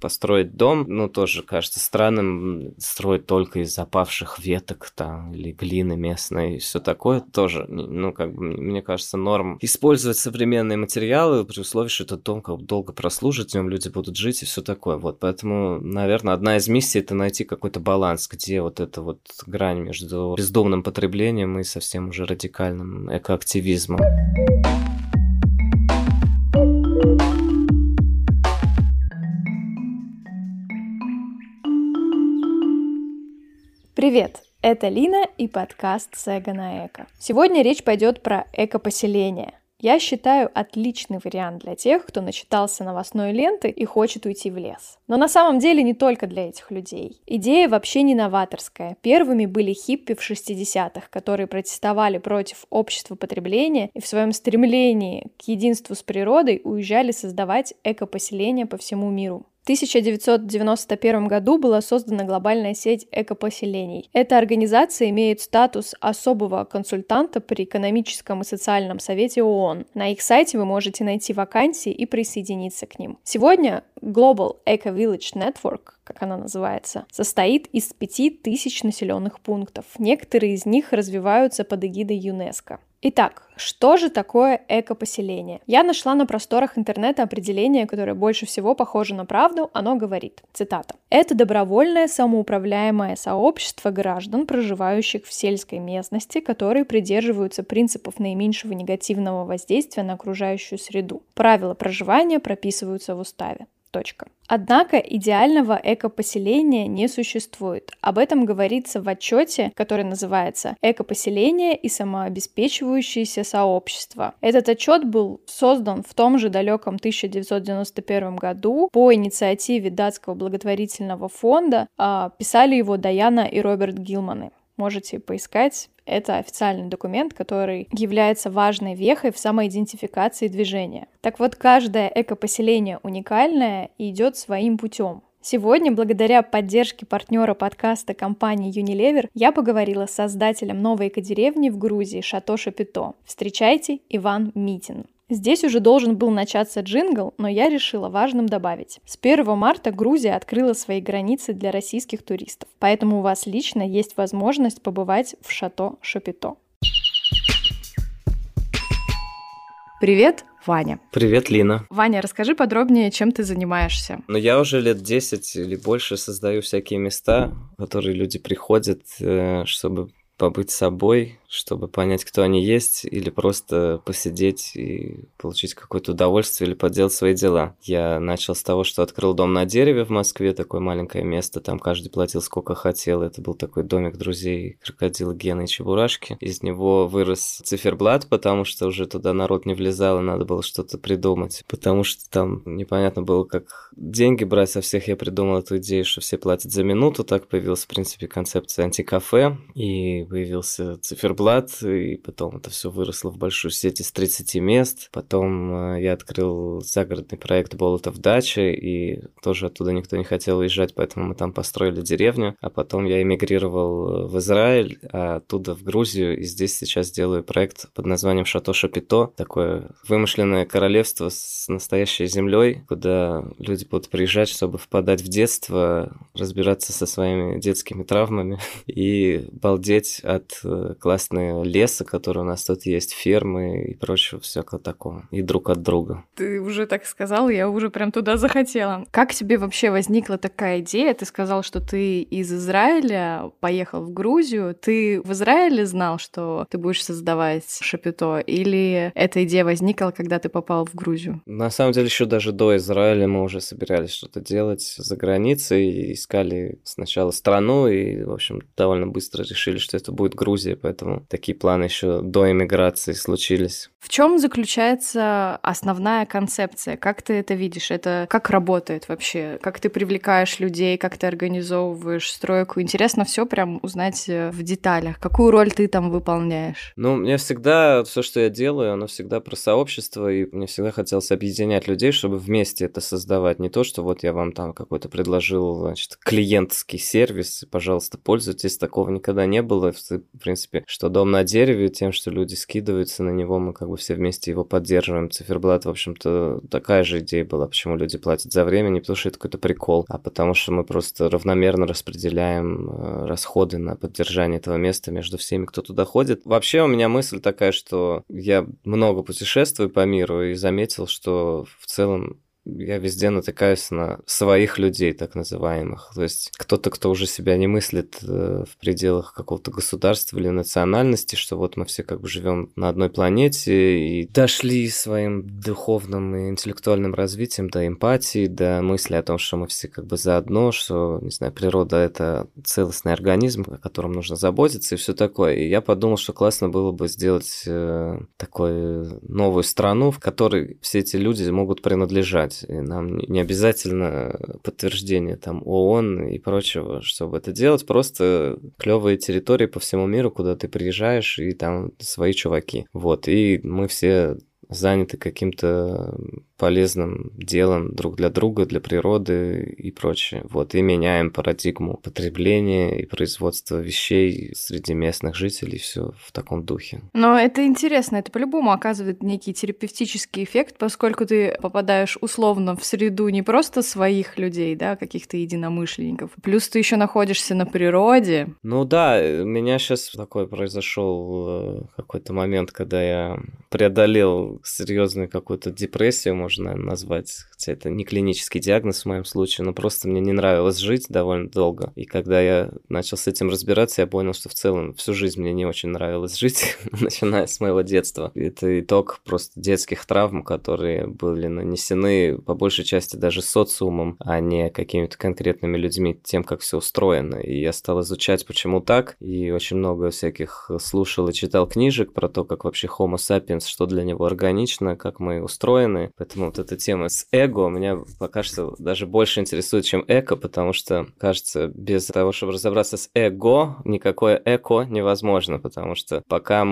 построить дом, ну, тоже кажется странным строить только из опавших веток там или глины местной и все такое. Тоже, ну, как бы, мне кажется, норм использовать современные материалы при условии, что этот дом как бы долго прослужит, в нем люди будут жить и все такое. Вот, поэтому, наверное, одна из миссий — это найти какой-то баланс, где вот эта вот грань между бездумным потреблением и совсем уже радикальным экоактивизмом. Привет! Это Лина и подкаст «Сэго на эко». Сегодня речь пойдет про эко-поселение. Я считаю, отличный вариант для тех, кто начитался новостной ленты и хочет уйти в лес. Но на самом деле не только для этих людей. Идея вообще не новаторская. Первыми были хиппи в 60-х, которые протестовали против общества потребления и в своем стремлении к единству с природой уезжали создавать эко-поселения по всему миру. В 1991 году была создана глобальная сеть экопоселений. Эта организация имеет статус особого консультанта при экономическом и социальном совете ООН. На их сайте вы можете найти вакансии и присоединиться к ним. Сегодня Global Eco Village Network, как она называется, состоит из 5000 населенных пунктов. Некоторые из них развиваются под эгидой ЮНЕСКО. Итак, что же такое эко-поселение? Я нашла на просторах интернета определение, которое больше всего похоже на правду. Оно говорит, цитата: «Это добровольное самоуправляемое сообщество граждан, проживающих в сельской местности, которые придерживаются принципов наименьшего негативного воздействия на окружающую среду. Правила проживания прописываются в уставе». Точка. Однако идеального эко-поселения не существует. Об этом говорится в отчете, который называется «Эко-поселение и самообеспечивающиеся сообщества». Этот отчет был создан в том же далеком 1991 году по инициативе датского благотворительного фонда. Писали его Даяна и Роберт Гилманы. Можете поискать. Это официальный документ, который является важной вехой в самоидентификации движения. Так вот, каждое эко-поселение уникальное и идет своим путем. Сегодня, благодаря поддержке партнера подкаста компании Unilever, я поговорила с создателем новой экодеревни в Грузии Шато Шапито. Встречайте, Иван Митин. Здесь уже должен был начаться джингл, но я решила важным добавить. С 1 марта Грузия открыла свои границы для российских туристов, поэтому у вас лично есть возможность побывать в Шато Шапито. Привет, Ваня. Привет, Лина. Ваня, расскажи подробнее, чем ты занимаешься. Я уже лет 10 или больше создаю всякие места, в которые люди приходят, чтобы побыть собой, чтобы понять, кто они есть, или просто посидеть и получить какое-то удовольствие или поделать свои дела. Я начал с того, что открыл дом на дереве в Москве, такое маленькое место, там каждый платил сколько хотел. Это был такой домик друзей крокодила Гены и Чебурашки. Из него вырос циферблат, потому что уже туда народ не влезал, и надо было что-то придумать. Потому что там непонятно было, как деньги брать со всех. Я придумал эту идею, что все платят за минуту. Так появилась, в принципе, концепция антикафе, и появился циферблат, и потом это все выросло в большую сеть из 30 мест. Потом я открыл загородный проект «Болотов дача», и тоже оттуда никто не хотел уезжать, поэтому мы там построили деревню. А потом я эмигрировал в Израиль, а оттуда в Грузию, и здесь сейчас делаю проект под названием «Шато Шапито». Такое вымышленное королевство с настоящей землей, куда люди будут приезжать, чтобы впадать в детство, разбираться со своими детскими травмами и балдеть от классного леса, который у нас тут есть, фермы и прочего всякого такого, и друг от друга. Ты уже так сказал, я уже прям туда захотела. Как тебе вообще возникла такая идея? Ты сказал, что ты из Израиля поехал в Грузию. Ты в Израиле знал, что ты будешь создавать Шапито, или эта идея возникла, когда ты попал в Грузию? На самом деле, еще даже до Израиля мы уже собирались что-то делать за границей, и искали сначала страну, и, в общем, довольно быстро решили, что это будет Грузия, поэтому такие планы еще до эмиграции случились. В чем заключается основная концепция? Как ты это видишь? Это как работает вообще? Как ты привлекаешь людей? Как ты организовываешь стройку? Интересно все прям узнать в деталях. Какую роль ты там выполняешь? Мне всегда все, что я делаю, оно всегда про сообщество, и мне всегда хотелось объединять людей, чтобы вместе это создавать. Не то, что вот я вам там какой-то предложил, значит, клиентский сервис, пожалуйста, пользуйтесь. Такого никогда не было. В принципе, что что дом на дереве, тем, что люди скидываются на него, мы как бы все вместе его поддерживаем. Циферблат, в общем-то, такая же идея была, почему люди платят за время, не потому что это какой-то прикол, а потому что мы просто равномерно распределяем расходы на поддержание этого места между всеми, кто туда ходит. Вообще у меня мысль такая, что я много путешествую по миру и заметил, что в целом я везде натыкаюсь на своих людей, так называемых. То есть кто-то, кто уже себя не мыслит в пределах какого-то государства или национальности, что вот мы все как бы живем на одной планете и дошли своим духовным и интеллектуальным развитием до эмпатии, до мысли о том, что мы все как бы заодно, что, не знаю, природа — это целостный организм, о котором нужно заботиться и все такое. И я подумал, что классно было бы сделать такую новую страну, в которой все эти люди могут принадлежать. И нам не обязательно подтверждение там ООН и прочего, чтобы это делать. Просто клевые территории по всему миру, куда ты приезжаешь, и там свои чуваки. Вот, и мы все заняты каким-то полезным делом друг для друга, для природы и прочее. Вот, и меняем парадигму потребления и производства вещей среди местных жителей, все в таком духе. Но это интересно, это по-любому оказывает некий терапевтический эффект, поскольку ты попадаешь условно в среду не просто своих людей, да, каких-то единомышленников, плюс ты еще находишься на природе. Ну да, у меня сейчас такой произошел какой-то момент, когда я преодолел серьезную какую-то депрессию, можно, наверное, назвать, хотя это не клинический диагноз в моем случае, но просто мне не нравилось жить довольно долго. И когда я начал с этим разбираться, я понял, что в целом всю жизнь мне не очень нравилось жить, начиная с моего детства. Это итог просто детских травм, которые были нанесены по большей части даже социумом, а не какими-то конкретными людьми, тем, как все устроено. И я стал изучать, почему так, и очень много всяких слушал и читал книжек про то, как вообще Homo sapiens, что для него органично, как мы устроены. Поэтому вот эта тема с эго меня пока что даже больше интересует, чем эко, потому что, кажется, без того, чтобы разобраться с эго, никакое эко невозможно, потому что пока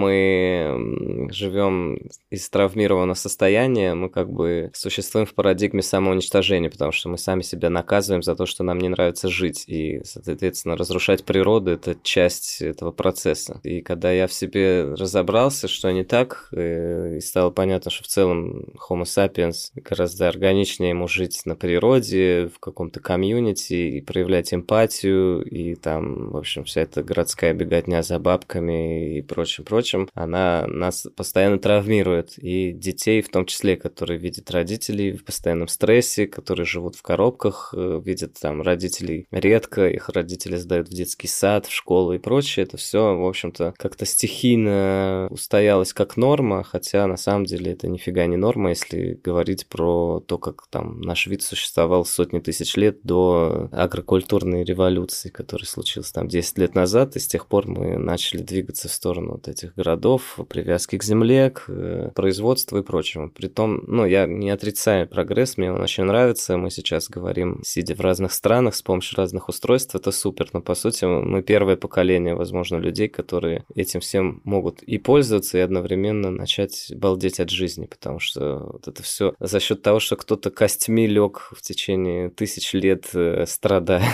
мы живем из травмированного состояния, мы как бы существуем в парадигме самоуничтожения, потому что мы сами себя наказываем за то, что нам не нравится жить, и, соответственно, разрушать природу — это часть этого процесса. И когда я в себе разобрался, что не так, и стало понятно, что в целом Homo sapiens гораздо органичнее ему жить на природе, в каком-то комьюнити и проявлять эмпатию, и там, в общем, вся эта городская беготня за бабками и прочим, она нас постоянно травмирует. И детей в том числе, которые видят родителей в постоянном стрессе, которые живут в коробках, видят там родителей редко, их родители сдают в детский сад, в школу и прочее. Это все, в общем-то, как-то стихийно устоялось как норма, хотя на самом деле это нифига не норма, если говорить про то, как там наш вид существовал сотни тысяч лет до агрокультурной революции, которая случилась там 10 лет назад, и с тех пор мы начали двигаться в сторону вот этих городов, привязки к земле, к производству и прочему. Притом, ну, я не отрицаю прогресс, мне он очень нравится, мы сейчас говорим, сидя в разных странах, с помощью разных устройств, это супер, но по сути мы первое поколение, возможно, людей, которые этим всем могут и пользоваться, и одновременно начать балдеть от жизни, потому что вот это все за счет того, что кто-то костьми лег в течение тысяч лет, страдая.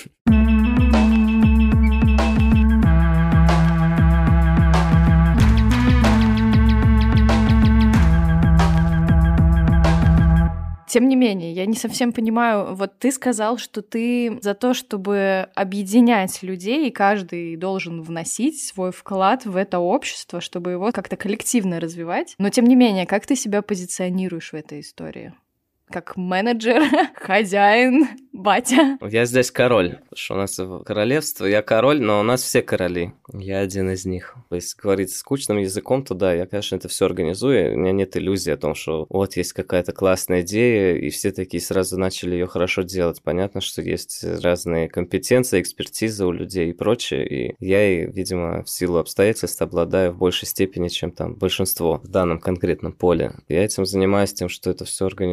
Тем не менее, я не совсем понимаю, вот ты сказал, что ты за то, чтобы объединять людей, и каждый должен вносить свой вклад в это общество, чтобы его как-то коллективно развивать. Но тем не менее, как ты себя позиционируешь в этой истории? Как менеджер, хозяин, батя. Я здесь король, потому что у нас королевство, я король, но у нас все короли. Я один из них. Если говорить скучным языком, то да, я, конечно, это все организую. У меня нет иллюзии о том, что вот есть какая-то классная идея, и все такие сразу начали ее хорошо делать. Понятно, что есть разные компетенции, экспертиза у людей и прочее, и я, видимо, в силу обстоятельств обладаю в большей степени, чем там большинство в данном конкретном поле. Я этим занимаюсь тем, что это все организую,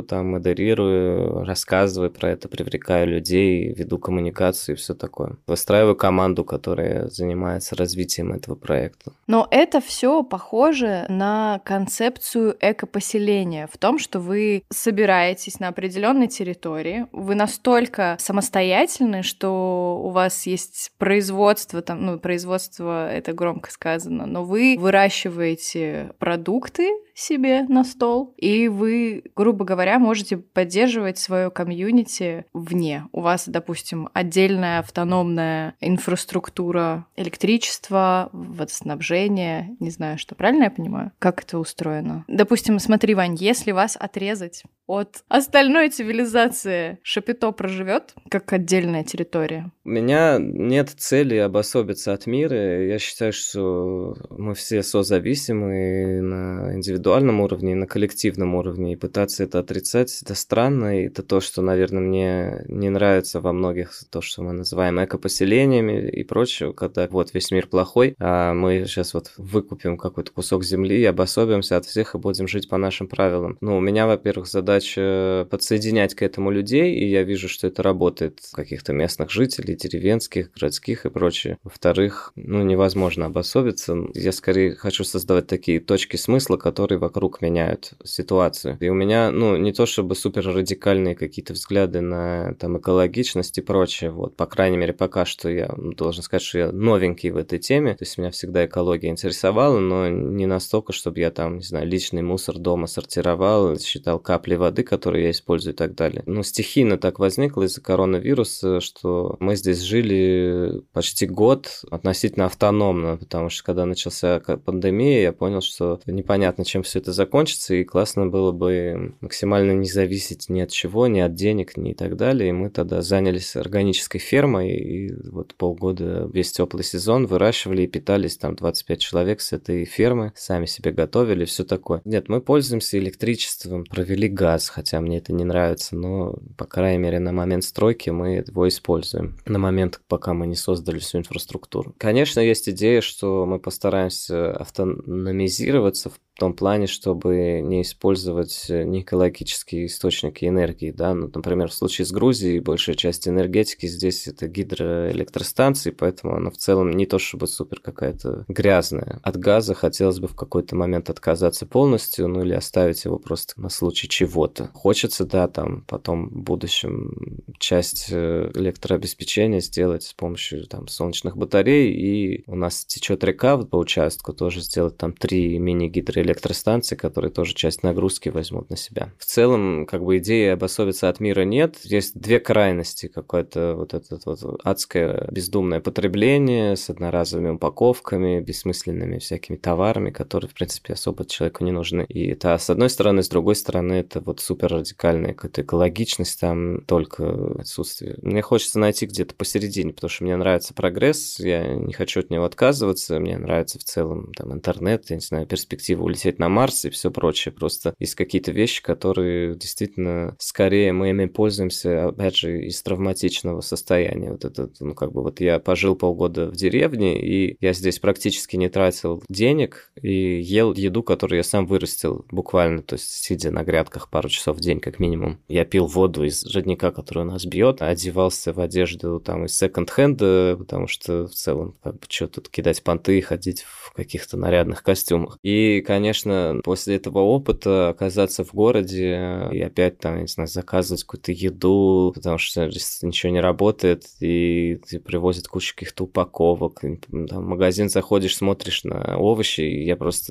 веду, там, модерирую, рассказываю про это, привлекаю людей, веду коммуникацию и все такое. Выстраиваю команду, которая занимается развитием этого проекта. Но это все похоже на концепцию экопоселения в том, что вы собираетесь на определенной территории, вы настолько самостоятельны, что у вас есть производство, там, ну, производство, это громко сказано, но вы выращиваете продукты себе на стол, и вы, грубо говоря, можете поддерживать свое комьюнити вне. У вас, допустим, отдельная автономная инфраструктура электричества, водоснабжения, не знаю, что, правильно я понимаю? Как это устроено? Допустим, смотри, Вань, если вас отрезать от остальной цивилизации, Шапито проживет как отдельная территория? У меня нет цели обособиться от мира. Я считаю, что мы все созависимы на индивидуальном уровне, и на коллективном уровне. И пытаться это отрицать, это странно. И это то, что, наверное, мне не нравится во многих, то, что мы называем экопоселениями и прочее, когда вот весь мир плохой, а мы сейчас вот выкупим какой-то кусок земли, обособимся от всех и будем жить по нашим правилам. Ну, у меня, во-первых, задача подсоединять к этому людей, и я вижу, что это работает у каких-то местных жителей, деревенских, городских и прочее. Во-вторых, ну, невозможно обособиться. Я скорее хочу создавать такие точки смысла, которые вокруг меняют ситуацию. И у меня, ну, не то чтобы супер радикальные какие-то взгляды на там экологичность и прочее, вот, по крайней мере, пока что я должен сказать, что я новенький в этой теме, то есть меня всегда экология интересовала, но не настолько, чтобы я там, не знаю, личный мусор дома сортировал, считал капли воды, которые я использую и так далее. Но стихийно так возникло из-за коронавируса, что мы здесь жили почти год относительно автономно, потому что когда начался пандемия, я понял, что непонятно, чем все это закончится, и классно было бы максимально не зависеть ни от чего, ни от денег, ни и так далее. И мы тогда занялись органической фермой, и вот полгода весь теплый сезон выращивали и питались там 25 человек с этой фермы, сами себе готовили, все такое. Нет, мы пользуемся электричеством, провели газ, хотя мне это не нравится, но, по крайней мере, на момент стройки мы его используем. На момент, пока мы не создали всю инфраструктуру. Конечно, есть идея, что мы постараемся автономизироваться в том плане, чтобы не использовать неэкологические источники энергии, да, ну, например, в случае с Грузией большая часть энергетики здесь это гидроэлектростанции, поэтому она в целом не то чтобы супер какая-то грязная. От газа хотелось бы в какой-то момент отказаться полностью, ну или оставить его просто на случай чего-то. Хочется, да, там потом в будущем часть электрообеспечения сделать с помощью там солнечных батарей, и у нас течет река по участку, тоже сделать там 3 мини-гидроэлектростанции, которые тоже часть нагрузки возьмут на себя. В целом, как бы идеи обособиться от мира нет. Есть две крайности. Какое-то вот это вот адское бездумное потребление с одноразовыми упаковками, бессмысленными всякими товарами, которые, в принципе, особо человеку не нужны. И это с одной стороны, с другой стороны, это вот супер радикальная какая-то экологичность, там только отсутствие. Мне хочется найти где-то посередине, потому что мне нравится прогресс, я не хочу от него отказываться, мне нравится в целом там интернет, я не знаю, перспектива улететь на Марс и все прочее. Просто есть какие-то вещи, которые действительно скорее мы ими пользуемся, опять же, из травматичного состояния. Вот это, ну, как бы вот я пожил полгода в деревне, и я здесь практически не тратил денег и ел еду, которую я сам вырастил буквально, то есть сидя на грядках пару часов в день как минимум. Я пил воду из родника, который у нас бьет, одевался в одежду там из секонд-хенда, потому что в целом как бы что тут кидать понты и ходить в каких-то нарядных костюмах. И, конечно, после этого опыта оказаться в городе и опять там, не знаю, заказывать какую-то еду, потому что ничего не работает, и привозят кучу каких-то упаковок. Там, в магазин заходишь, смотришь на овощи, и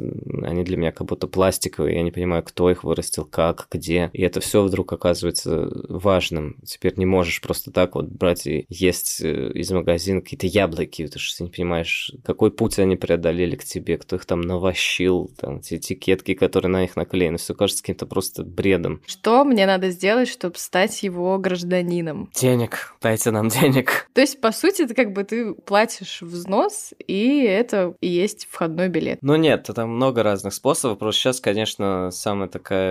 они для меня как будто пластиковые, я не понимаю, кто их вырастил, как, где. И это все вдруг оказывается важным. Теперь не можешь просто так вот брать и есть из магазина какие-то яблоки, потому что ты не понимаешь, какой путь они преодолели к тебе, кто их там навощил, там эти этикетки, которые на них наклеены, все кажется каким-то просто бредом. Что мне надо сделать, чтобы стать его гражданином? Денег. Дайте нам денег. То есть, по сути, это как бы ты платишь взнос, и это и есть входной билет. Ну нет, там много разных способов. Просто сейчас, конечно, самая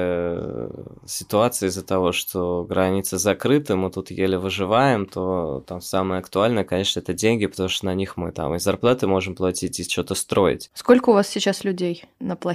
такая ситуация из-за того, что границы закрыты, мы тут еле выживаем, то там самое актуальное, конечно, это деньги, потому что на них мы там и зарплаты можем платить, и что-то строить. Сколько у вас сейчас людей на площадке?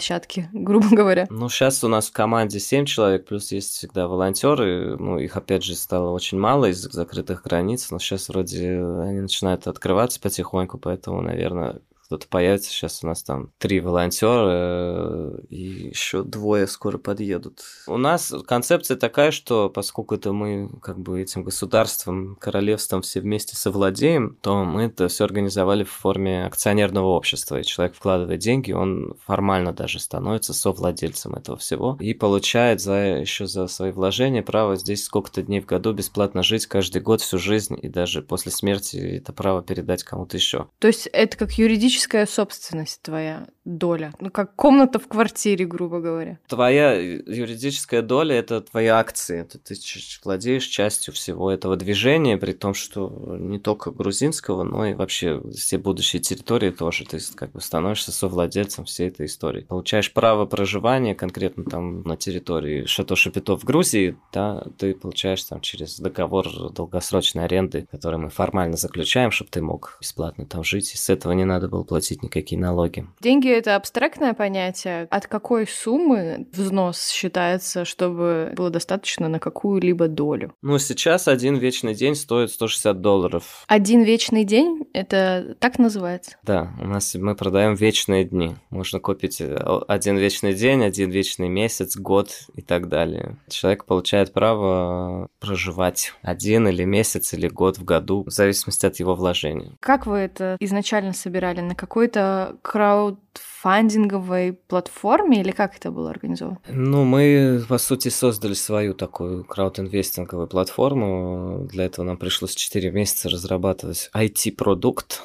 площадке, грубо говоря? Ну, сейчас у нас в команде 7 человек, плюс есть всегда волонтеры. Ну, их, опять же, стало очень мало из закрытых границ, но сейчас вроде они начинают открываться потихоньку, поэтому, наверное, кто-то появится. Сейчас у нас там 3 волонтера и еще 2 скоро подъедут. У нас концепция такая, что поскольку это мы как бы этим государством, королевством все вместе совладеем, то мы это все организовали в форме акционерного общества. И человек вкладывает деньги, он формально даже становится совладельцем этого всего и получает еще за свои вложения право здесь сколько-то дней в году бесплатно жить каждый год всю жизнь, и даже после смерти это право передать кому-то еще. То есть это как юридическая собственность твоя доля, ну как комната в квартире, грубо говоря. Твоя юридическая доля – это твои акции, ты владеешь частью всего этого движения, при том, что не только грузинского, но и вообще все будущие территории тоже, ты как бы становишься совладельцем всей этой истории. Получаешь право проживания конкретно там на территории Шато-Шапито в Грузии, да, ты получаешь там через договор долгосрочной аренды, который мы формально заключаем, чтобы ты мог бесплатно там жить, и с этого не надо было платить никакие налоги. Деньги — это абстрактное понятие. От какой суммы взнос считается, чтобы было достаточно на какую-либо долю? Ну, сейчас один вечный день стоит $160. Один вечный день — это так называется? Да, мы продаем вечные дни. Можно купить один вечный день, один вечный месяц, год и так далее. Человек получает право проживать один или месяц, или год в году, в зависимости от его вложений. Как вы это изначально собирали? На какой-то краудфандинговой платформе или как это было организовано? Ну, мы, по сути, создали свою такую краудинвестинговую платформу. Для этого нам пришлось 4 месяца разрабатывать IT-продукт.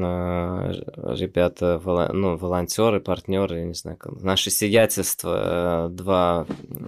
Ребята, волонтеры, партнеры, я не знаю, наше сиятельство, два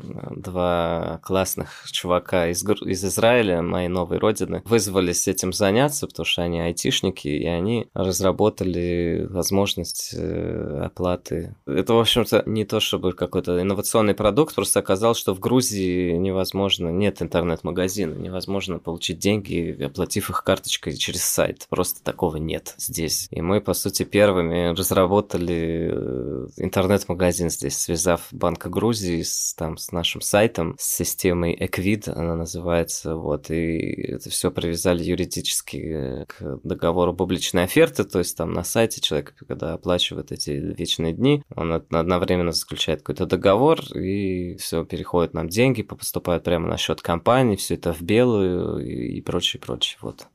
классных чувака из Израиля, моей новой родины, вызвались этим заняться, потому что они айтишники, и они разработали возможность оплаты. Это, в общем-то, не то чтобы какой-то инновационный продукт, просто оказалось, что в Грузии невозможно, нет интернет-магазина, невозможно получить деньги, оплатив их карточкой через сайт. Просто такого нет здесь. И мы, по сути, первыми разработали интернет-магазин здесь, связав Банк Грузии с нашим сайтом, с системой Equid, она называется, вот, и это все привязали юридически к договору публичной оферты, то есть там на сайте человек, когда оплачивает эти вечные дни, он одновременно заключает какой-то договор, и все, переходят нам деньги, поступают прямо на счет компании, все это в белую и прочее, вот.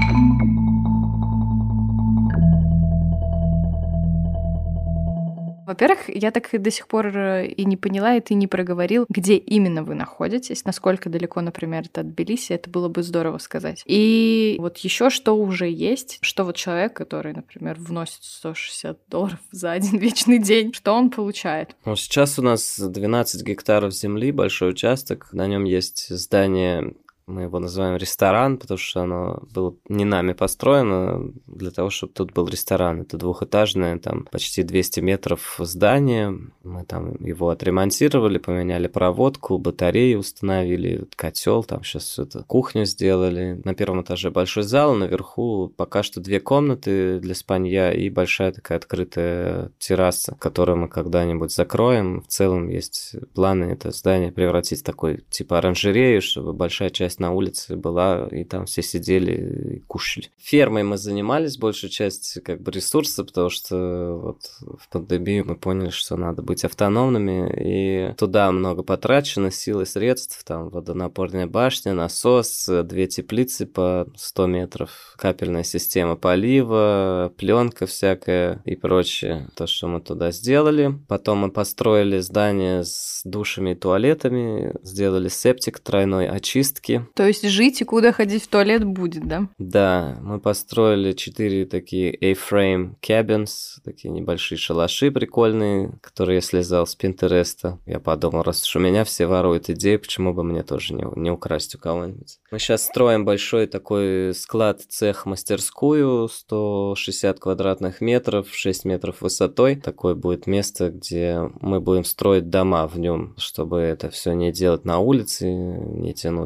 Во-первых, я так и до сих пор и не поняла, и ты не проговорил, где именно вы находитесь, насколько далеко, например, это от Тбилиси, это было бы здорово сказать. И вот еще что уже есть, что вот человек, который, например, вносит $160 за один вечный день, что он получает? Ну, сейчас у нас 12 гектаров земли, большой участок, на нем есть здание. Мы его называем ресторан, потому что оно было не нами построено для того, чтобы тут был ресторан. Это двухэтажное, там почти 200 метров здание. Мы там его отремонтировали, поменяли проводку, батареи установили, котел, там сейчас все это, кухню сделали. На первом этаже большой зал, наверху пока что 2 комнаты для спанья и большая такая открытая терраса, которую мы когда-нибудь закроем. В целом есть планы это здание превратить в такой типа оранжерею, чтобы большая часть на улице была, и там все сидели и кушали. Фермой мы занимались большую часть как бы ресурса, потому что вот в пандемию мы поняли, что надо быть автономными, и туда много потрачено сил и средств, там водонапорная башня, насос, 2 теплицы по 100 метров, капельная система полива, пленка всякая и прочее. То, что мы туда сделали. Потом мы построили здание с душами и туалетами, сделали септик тройной очистки. То есть жить и куда ходить в туалет будет, да? Да, мы построили 4 такие A-frame cabins, такие небольшие шалаши прикольные, которые я слезал с Пинтереста. Я подумал, раз уж у меня все воруют идеи, почему бы мне тоже не украсть у кого-нибудь. Мы сейчас строим большой такой склад, цех, мастерскую, 160 квадратных метров, 6 метров высотой. Такое будет место, где мы будем строить дома в нем, чтобы это все не делать на улице, не тянуть электричество,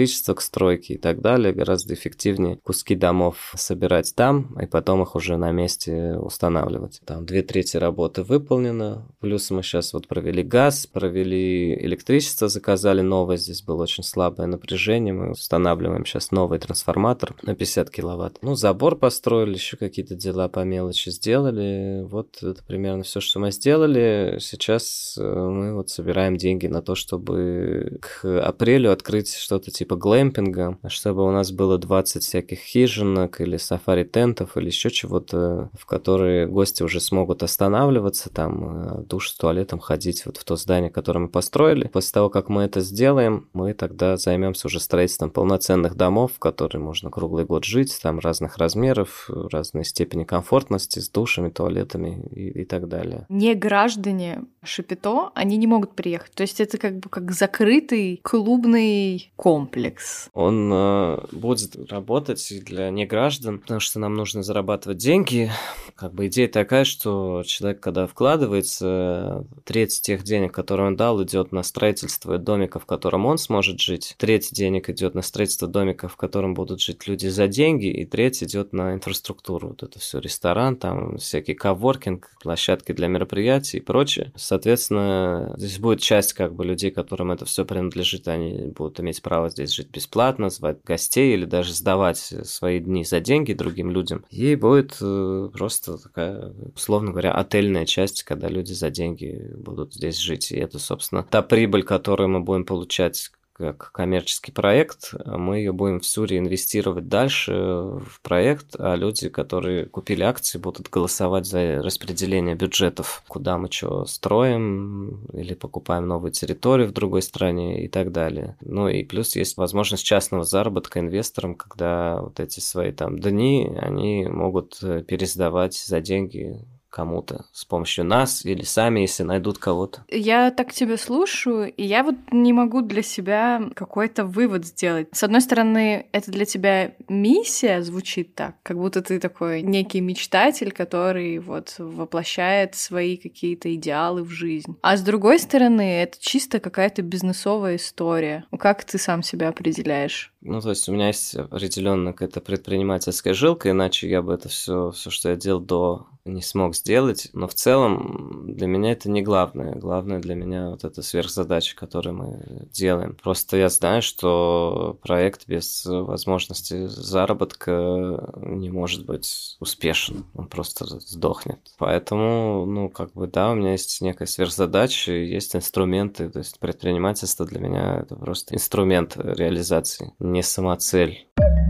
электричество к стройке и так далее. Гораздо эффективнее куски домов собирать там, и потом их уже на месте устанавливать. Там 2/3 работы выполнено. Плюс мы сейчас вот провели газ, провели электричество, заказали новое. Здесь было очень слабое напряжение. Мы устанавливаем сейчас новый трансформатор на 50 киловатт. Ну, забор построили, еще какие-то дела по мелочи сделали. Вот это примерно все, что мы сделали. Сейчас мы вот собираем деньги на то, чтобы к апрелю открыть что-то типа глэмпинга, чтобы у нас было 20 всяких хижинок или сафари-тентов или еще чего-то, в которые гости уже смогут останавливаться, там, душ с туалетом ходить вот в то здание, которое мы построили. После того, как мы это сделаем, мы тогда займемся уже строительством полноценных домов, в которые можно круглый год жить, там разных размеров, разной степени комфортности, с душами, туалетами и так далее. Не граждане Шапито, они не могут приехать. То есть это как бы как закрытый клубный комплекс. Он будет работать для неграждан, потому что нам нужно зарабатывать деньги. Как бы идея такая, что человек, когда вкладывается, треть тех денег, которые он дал, идет на строительство домика, в котором он сможет жить. Треть денег идет на строительство домика, в котором будут жить люди за деньги, и треть идет на инфраструктуру. Вот это все ресторан, там всякий коворкинг, площадки для мероприятий и прочее. Соответственно, здесь будет часть как бы людей, которым это все принадлежит, они будут иметь право здесь жить бесплатно, звать гостей или даже сдавать свои дни за деньги другим людям. И будет просто такая, условно говоря, отельная часть, когда люди за деньги будут здесь жить. И это, собственно, та прибыль, которую мы будем получать как коммерческий проект, мы ее будем всю реинвестировать дальше в проект, а люди, которые купили акции, будут голосовать за распределение бюджетов, куда мы что строим или покупаем новую территорию в другой стране и так далее. Ну и плюс есть возможность частного заработка инвесторам, когда вот эти свои там дни, они могут пересдавать за деньги кому-то с помощью нас или сами, если найдут кого-то. Я так тебя слушаю, и я вот не могу для себя какой-то вывод сделать. С одной стороны, это для тебя миссия звучит так, как будто ты такой некий мечтатель, который вот воплощает свои какие-то идеалы в жизнь. А с другой стороны, это чисто какая-то бизнесовая история. Как ты сам себя определяешь? Ну, то есть у меня есть определенно какая-то предпринимательская жилка, иначе я бы это все, что я делал до, не смог сделать. Но в целом для меня это не главное. Главное для меня вот эта сверхзадача, которую мы делаем. Просто я знаю, что проект без возможности заработка не может быть успешен. Он просто сдохнет. Поэтому, ну, как бы, да, у меня есть некая сверхзадача, есть инструменты. То есть предпринимательство для меня это просто инструмент реализации, не самоцель.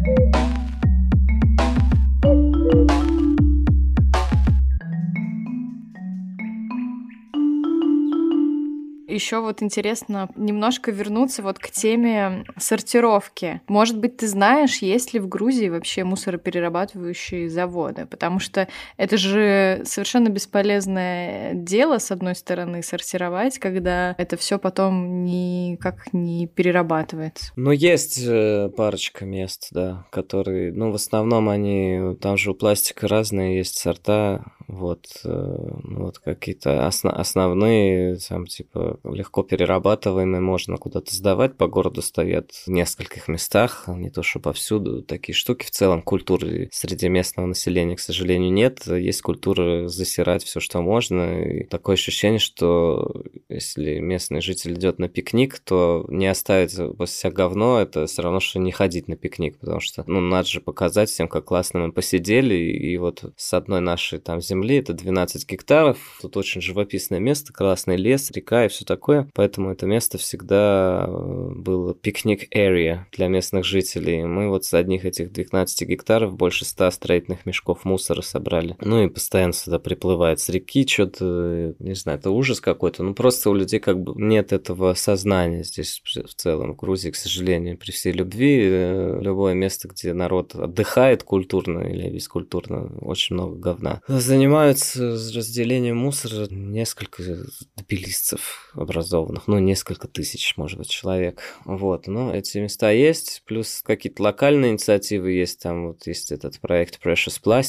Еще вот интересно немножко вернуться вот к теме сортировки. Может быть, ты знаешь, есть ли в Грузии вообще мусороперерабатывающие заводы? Потому что это же совершенно бесполезное дело, с одной стороны, сортировать, когда это все потом никак не перерабатывается. Ну, есть парочка мест, да, которые, ну, в основном они, там же у пластика разные есть сорта, вот какие-то основные, там, типа, легко перерабатываемые, можно куда-то сдавать, по городу стоят в нескольких местах, не то что повсюду, такие штуки. В целом культуры среди местного населения, к сожалению, нет. Есть культура засирать все, что можно. И такое ощущение, что если местный житель идет на пикник, то не оставить после себя говно, это все равно, что не ходить на пикник, потому что, ну, надо же показать всем, как классно мы посидели, и вот с одной нашей там земли, это 12 гектаров, тут очень живописное место, классный лес, река и все такое, поэтому это место всегда было пикник-area для местных жителей. Мы вот с одних этих 12 гектаров больше 100 строительных мешков мусора собрали. Ну и постоянно сюда приплывает с реки что-то, не знаю, это ужас какой-то, ну просто у людей как бы нет этого сознания здесь в целом. В Грузии, к сожалению, при всей любви, любое место, где народ отдыхает культурно или бескультурно, очень много говна. Занимаются разделением мусора несколько тбилисцев образованных, ну, несколько тысяч, может быть, человек. Вот, но эти места есть, плюс какие-то локальные инициативы есть, там вот есть этот проект Precious Plastic,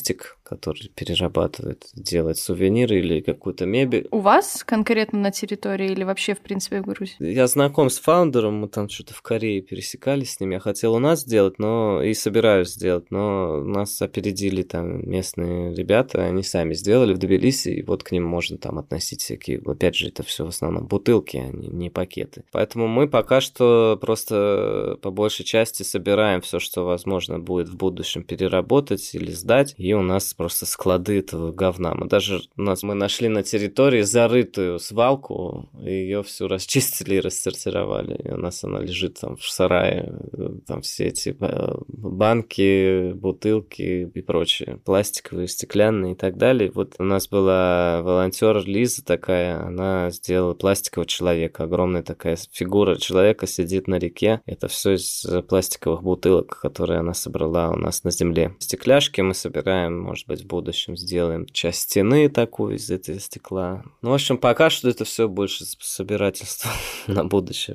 который перерабатывает, делает сувениры или какую-то мебель. У вас конкретно на территории или вообще, в принципе, в Грузии? Я знаком с фаундером, мы там что-то в Корее пересекались с ними. Я хотел у нас сделать, но и собираюсь сделать, но нас опередили там местные ребята, они сами сделали в Тбилиси, и вот к ним можно там относить всякие, опять же, это все в основном бутылки, а не пакеты. Поэтому мы пока что просто по большей части собираем все, что возможно будет в будущем переработать или сдать, и у нас просто склады этого говна. Мы нашли на территории зарытую свалку, и ее всю расчистили и рассортировали. И у нас она лежит там в сарае, там все эти банки, бутылки и прочее, пластиковые, стеклянные и так далее. Вот у нас была волонтер Лиза такая, она сделала пластикового человека, огромная такая фигура человека сидит на реке. Это все из пластиковых бутылок, которые она собрала у нас на земле. Стекляшки мы собираем, может быть, в будущем сделаем часть стены такую из этого стекла. Ну, в общем, пока что это все больше собирательство на будущее.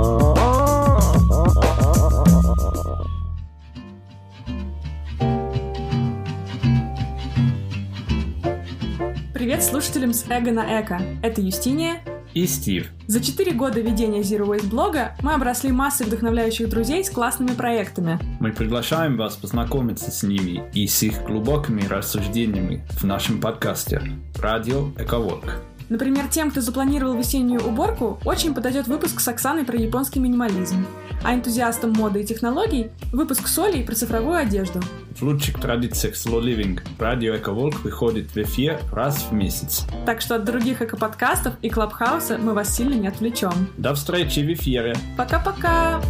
Привет слушателям с Эго на Эко. Это Юстиния и Стив. За 4 года ведения Zero Waste блога мы обросли массой вдохновляющих друзей с классными проектами. Мы приглашаем вас познакомиться с ними и с их глубокими рассуждениями в нашем подкасте «Радио Эковорк». Например, тем, кто запланировал весеннюю уборку, очень подойдет выпуск с Оксаной про японский минимализм, а энтузиастам моды и технологий – выпуск с Олей про цифровую одежду. В лучших традициях Slow Living радио Эковорк выходит в эфир раз в месяц. Так что от других экоподкастов и Клабхауса мы вас сильно не отвлечем. До встречи в эфире. Пока-пока!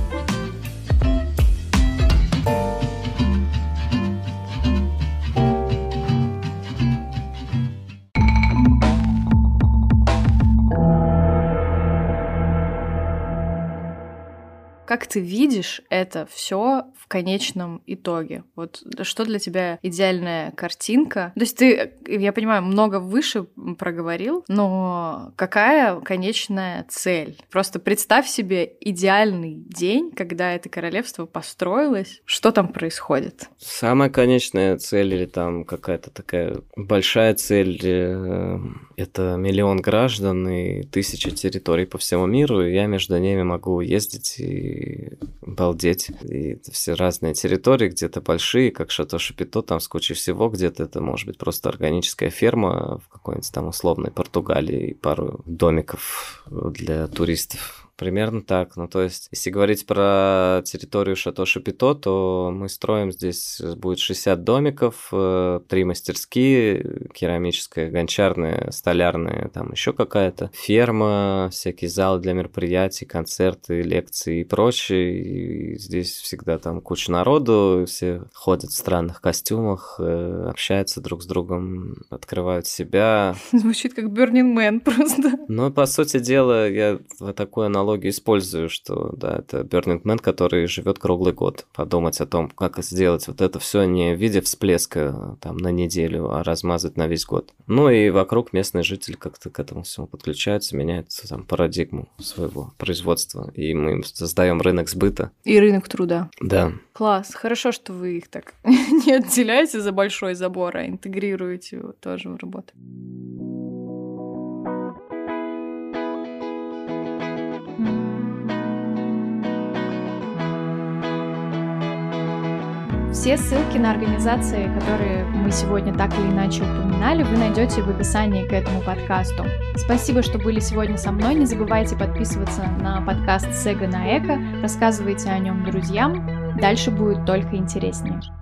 Как ты видишь это все в конечном итоге? Вот что для тебя идеальная картинка? То есть ты, я понимаю, много выше проговорил, но какая конечная цель? Просто представь себе идеальный день, когда это королевство построилось. Что там происходит? Самая конечная цель или там какая-то такая большая цель — это 1 миллион граждан и 1000 территорий по всему миру, и я между ними могу ездить и балдеть. И это все разные территории, где-то большие, как Шато-Шапито, там с кучей всего, где-то это может быть просто органическая ферма в какой-нибудь там условной Португалии и пару домиков для туристов. Примерно так. Ну, то есть, если говорить про территорию Шато-Шапито, то мы строим здесь, будет 60 домиков, 3 мастерские, керамическая, гончарная, столярная, там еще какая-то ферма, всякие залы для мероприятий, концерты, лекции и прочее. И здесь всегда там куча народу, все ходят в странных костюмах, общаются друг с другом, открывают себя. Звучит как Burning Man просто. Ну, по сути дела, я в такой аналогии использую, что да, это Burning Man, который живет круглый год. Подумать о том, как сделать вот это все не в виде всплеска там на неделю, а размазать на весь год. Ну и вокруг местные жители как-то к этому всему подключаются, меняют там парадигму своего производства, и мы создаем рынок сбыта. И рынок труда. Да. Класс. Хорошо, что вы их так не отделяете за большой забор, а интегрируете его тоже в работу. Все ссылки на организации, которые мы сегодня так или иначе упоминали, вы найдете в описании к этому подкасту. Спасибо, что были сегодня со мной. Не забывайте подписываться на подкаст Сега на Эко, рассказывайте о нем друзьям. Дальше будет только интереснее.